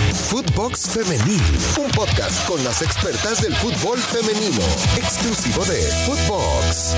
Footbox Femenil, un podcast con las expertas del fútbol femenino, exclusivo de Footbox.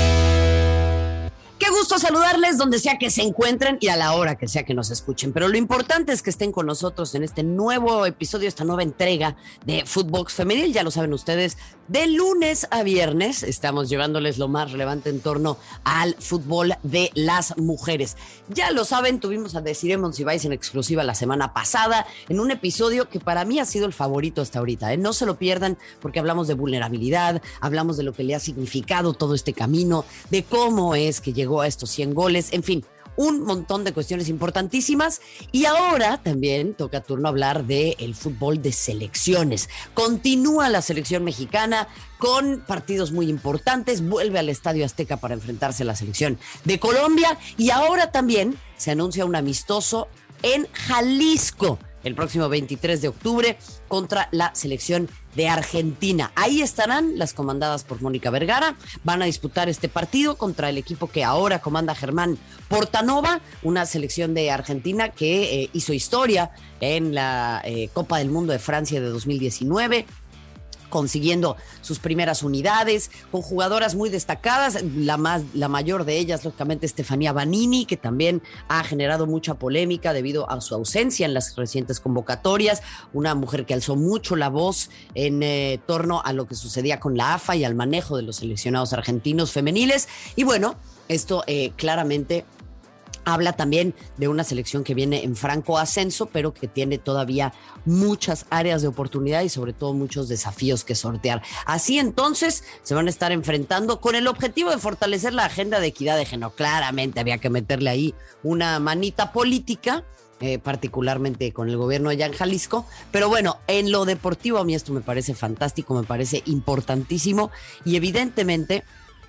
Qué gusto saludarles donde sea que se encuentren y a la hora que sea que nos escuchen. Pero lo importante es que estén con nosotros en este nuevo episodio, esta nueva entrega de Footbox Femenil. Ya lo saben ustedes, de lunes a viernes estamos llevándoles lo más relevante en torno al fútbol de las mujeres. Ya lo saben, tuvimos a Desiree Monsiváis en exclusiva la semana pasada en un episodio que para mí ha sido el favorito hasta ahorita. No se lo pierdan porque hablamos de vulnerabilidad, hablamos de lo que le ha significado todo este camino, de cómo es que llegó a estos 100 goles, en fin, un montón de cuestiones importantísimas. Y ahora también toca turno hablar del fútbol de selecciones. Continúa la selección mexicana con partidos muy importantes, vuelve al Estadio Azteca para enfrentarse a la selección de Colombia y ahora también se anuncia un amistoso en Jalisco el próximo 23 de octubre contra la selección de Argentina. Ahí estarán las comandadas por Mónica Vergara. Van a disputar este partido contra el equipo que ahora comanda Germán Portanova, una selección de Argentina que hizo historia en la Copa del Mundo de Francia de 2019, consiguiendo sus primeras unidades, con jugadoras muy destacadas, la mayor de ellas, lógicamente, Estefanía Banini, que también ha generado mucha polémica debido a su ausencia en las recientes convocatorias, una mujer que alzó mucho la voz en torno a lo que sucedía con la AFA y al manejo de los seleccionados argentinos femeniles, y bueno, esto claramente habla también de una selección que viene en franco ascenso, pero que tiene todavía muchas áreas de oportunidad y sobre todo muchos desafíos que sortear. Así entonces se van a estar enfrentando con el objetivo de fortalecer la agenda de equidad de género. Claramente había que meterle ahí una manita política, particularmente con el gobierno allá en Jalisco, pero bueno, en lo deportivo a mí esto me parece fantástico, me parece importantísimo y evidentemente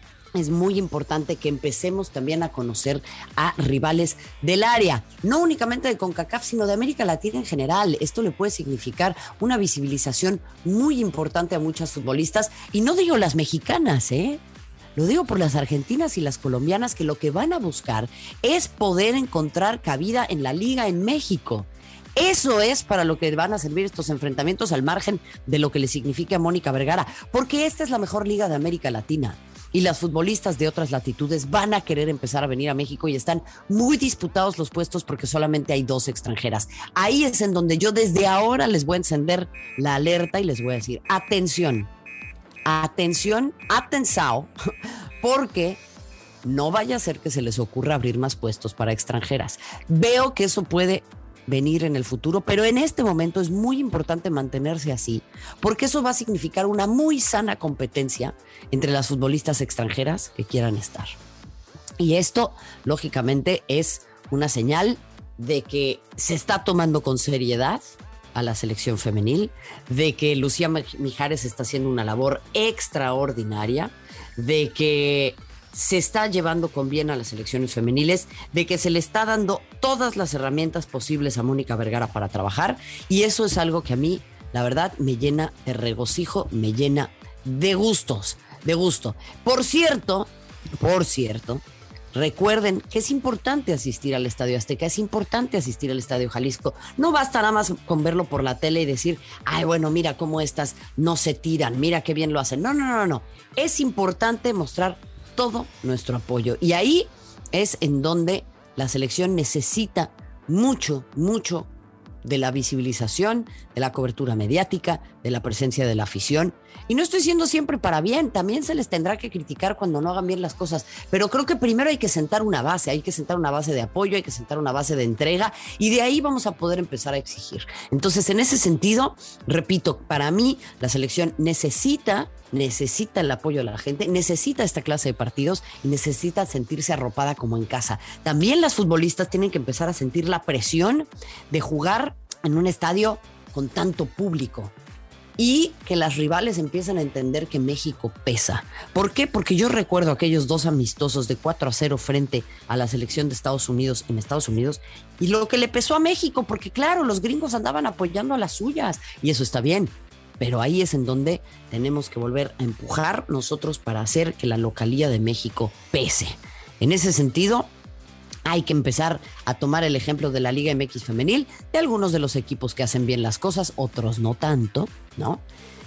es muy importante que empecemos también a conocer a rivales del área, no únicamente de CONCACAF, sino de América Latina en general. Esto le puede significar una visibilización muy importante a muchas futbolistas, y no digo las mexicanas, lo digo por las argentinas y las colombianas, que lo que van a buscar es poder encontrar cabida en la liga en México. Eso es para lo que van a servir estos enfrentamientos, al margen de lo que le signifique a Mónica Vergara, porque esta es la mejor liga de América Latina. Y las futbolistas de otras latitudes van a querer empezar a venir a México y están muy disputados los puestos porque solamente hay 2 extranjeras. Ahí es en donde yo desde ahora les voy a encender la alerta y les voy a decir, atención, porque no vaya a ser que se les ocurra abrir más puestos para extranjeras. Veo que eso puede venir en el futuro, pero en este momento es muy importante mantenerse así, porque eso va a significar una muy sana competencia entre las futbolistas extranjeras que quieran estar. Y esto, lógicamente, es una señal de que se está tomando con seriedad a la selección femenil, de que Lucía Mijares está haciendo una labor extraordinaria, de que se está llevando con bien a las selecciones femeniles, de que se le está dando todas las herramientas posibles a Mónica Vergara para trabajar, y eso es algo que a mí, la verdad, me llena de regocijo, me llena de gusto. Por cierto, recuerden que es importante asistir al Estadio Azteca, es importante asistir al Estadio Jalisco. No basta nada más con verlo por la tele y decir, ay, bueno, mira cómo estas no se tiran, mira qué bien lo hacen. No. Es importante mostrar todo nuestro apoyo. Y ahí es en donde la selección necesita mucho de la visibilización, de la cobertura mediática, de la presencia de la afición. Y no estoy diciendo siempre para bien, también se les tendrá que criticar cuando no hagan bien las cosas, pero creo que primero hay que sentar una base, de apoyo, hay que sentar una base de entrega, y de ahí vamos a poder empezar a exigir. Entonces, en ese sentido, repito, para mí la selección necesita el apoyo de la gente, necesita esta clase de partidos y necesita sentirse arropada como en casa. También las futbolistas tienen que empezar a sentir la presión de jugar en un estadio con tanto público y que las rivales empiezan a entender que México pesa. ¿Por qué? Porque yo recuerdo aquellos 2 amistosos de 4-0 frente a la selección de Estados Unidos en Estados Unidos y lo que le pesó a México, porque claro, los gringos andaban apoyando a las suyas y eso está bien. Pero ahí es en donde tenemos que volver a empujar nosotros para hacer que la localía de México pese. En ese sentido, hay que empezar a tomar el ejemplo de la Liga MX femenil, de algunos de los equipos que hacen bien las cosas, otros no tanto, ¿no?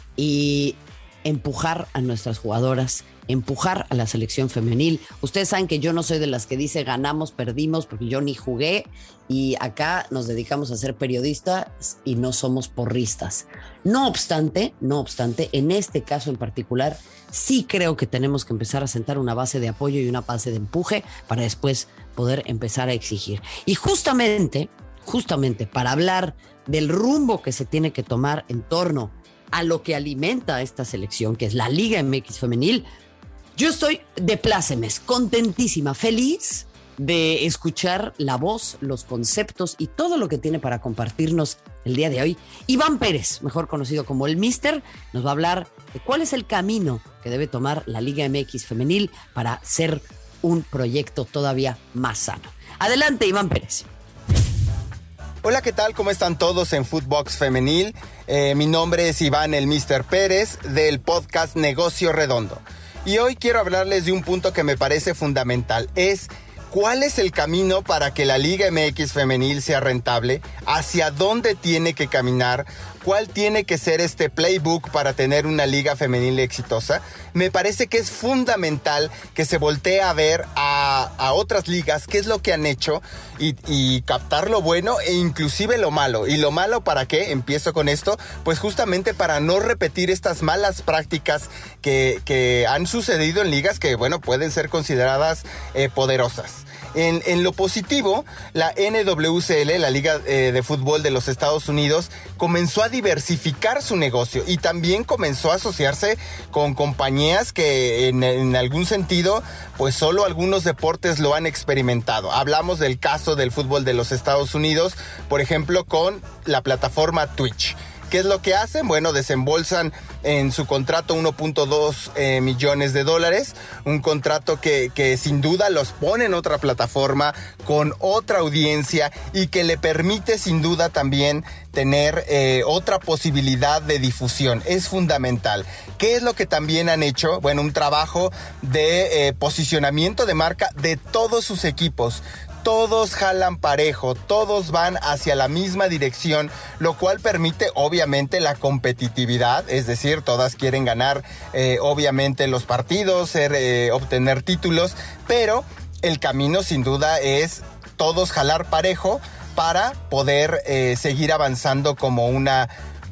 Y empujar a nuestras jugadoras, empujar a la selección femenil. Ustedes saben que yo no soy de las que dice ganamos, perdimos, porque yo ni jugué y acá nos dedicamos a ser periodistas y no somos porristas. No obstante, en este caso en particular, sí creo que tenemos que empezar a sentar una base de apoyo y una base de empuje para después poder empezar a exigir. Y justamente para hablar del rumbo que se tiene que tomar en torno a lo que alimenta a esta selección, que es la Liga MX femenil, yo estoy de plácemes, contentísima, feliz de escuchar la voz, los conceptos y todo lo que tiene para compartirnos el día de hoy. Iván Pérez, mejor conocido como el Mister, nos va a hablar de cuál es el camino que debe tomar la Liga MX femenil para ser un proyecto todavía más sano. Adelante, Iván Pérez. Hola, ¿qué tal? ¿Cómo están todos en Footbox Femenil? Mi nombre es Iván el Mister Pérez del podcast Negocio Redondo. Y hoy quiero hablarles de un punto que me parece fundamental. Es ¿cuál es el camino para que la Liga MX femenil sea rentable? ¿Hacia dónde tiene que caminar? ¿Cuál tiene que ser este playbook para tener una liga femenil exitosa? Me parece que es fundamental que se voltee a ver a otras ligas, qué es lo que han hecho y captar lo bueno e inclusive lo malo. ¿Y lo malo para qué? Empiezo con esto, pues justamente para no repetir estas malas prácticas que han sucedido en ligas que, bueno, pueden ser consideradas poderosas. En lo positivo, la NWSL, la Liga de Fútbol de los Estados Unidos, comenzó a diversificar su negocio y también comenzó a asociarse con compañías que en algún sentido, pues solo algunos deportes lo han experimentado. Hablamos del caso del fútbol de los Estados Unidos, por ejemplo, con la plataforma Twitch. ¿Qué es lo que hacen? Bueno, desembolsan en su contrato 1.2 millones de dólares, un contrato que sin duda los pone en otra plataforma con otra audiencia y que le permite sin duda también tener otra posibilidad de difusión. Es fundamental. ¿Qué es lo que también han hecho? Bueno, un trabajo de posicionamiento de marca de todos sus equipos. Todos jalan parejo, todos van hacia la misma dirección, lo cual permite obviamente la competitividad, es decir, todas quieren ganar obviamente los partidos, obtener títulos, pero el camino sin duda es todos jalar parejo para poder seguir avanzando como una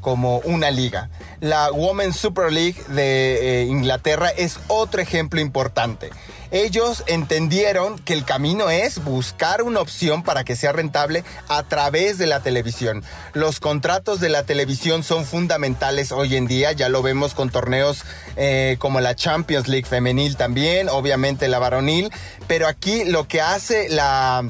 liga. La Women's Super League de Inglaterra es otro ejemplo importante. Ellos entendieron que el camino es buscar una opción para que sea rentable a través de la televisión. Los contratos de la televisión son fundamentales hoy en día, ya lo vemos con torneos como la Champions League femenil también, obviamente la varonil, pero aquí lo que hace la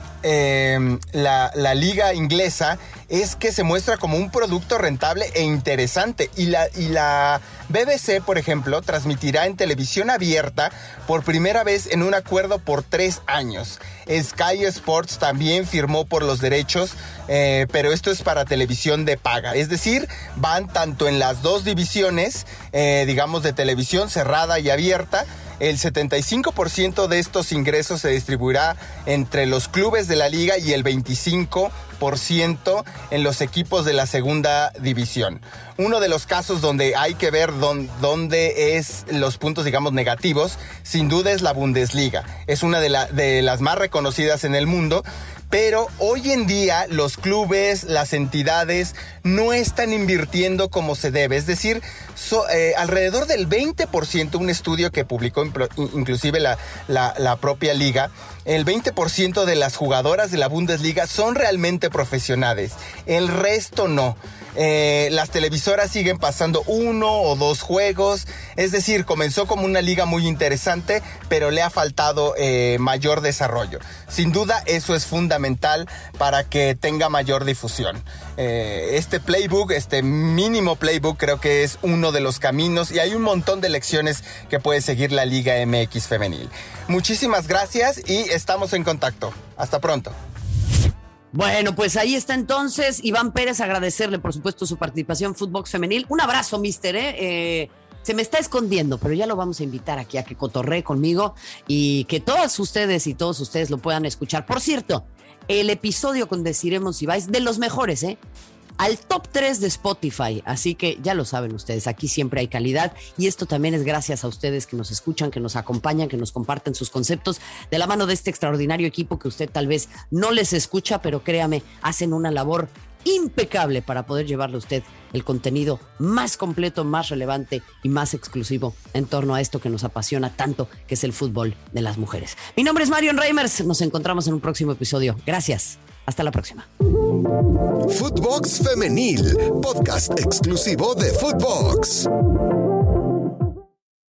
liga inglesa es que se muestra como un producto rentable e interesante y la BBC, por ejemplo, transmitirá en televisión abierta por primera vez en un acuerdo por 3 años. Sky Sports también firmó por los derechos, pero esto es para televisión de paga, es decir, van tanto en las dos divisiones, digamos de televisión cerrada y abierta. El 75% de estos ingresos se distribuirá entre los clubes de la liga y el 25% en los equipos de la segunda división. Uno de los casos donde hay que ver dónde es los puntos, digamos, negativos, sin duda es la Bundesliga. Es una de las más reconocidas en el mundo, pero hoy en día los clubes, las entidades no están invirtiendo como se debe. Es decir, alrededor del 20%, un estudio que publicó inclusive la propia liga, el 20% de las jugadoras de la Bundesliga son realmente profesionales. El resto no. Las televisoras siguen pasando 1 o 2 juegos, es decir, comenzó como una liga muy interesante, pero le ha faltado mayor desarrollo. Sin duda eso es fundamental para que tenga mayor difusión. Este playbook, este mínimo playbook, creo que es uno de los caminos y hay un montón de lecciones que puede seguir la Liga MX femenil. Muchísimas gracias y estamos en contacto. Hasta pronto. Bueno, pues ahí está entonces Iván Pérez, agradecerle por supuesto su participación en Footbox Femenil. Un abrazo, mister, Se me está escondiendo, pero ya lo vamos a invitar aquí a que cotorree conmigo y que todas ustedes y todos ustedes lo puedan escuchar. Por cierto, el episodio con Desiree Monsiváis, de los mejores, al top 3 de Spotify, así que ya lo saben ustedes, aquí siempre hay calidad y esto también es gracias a ustedes que nos escuchan, que nos acompañan, que nos comparten sus conceptos de la mano de este extraordinario equipo que usted tal vez no les escucha, pero créame, hacen una labor impecable para poder llevarle a usted el contenido más completo, más relevante y más exclusivo en torno a esto que nos apasiona tanto, que es el fútbol de las mujeres. Mi nombre es Marion Reimers, nos encontramos en un próximo episodio. Gracias, hasta la próxima. Footbox Femenil, podcast exclusivo de Footbox.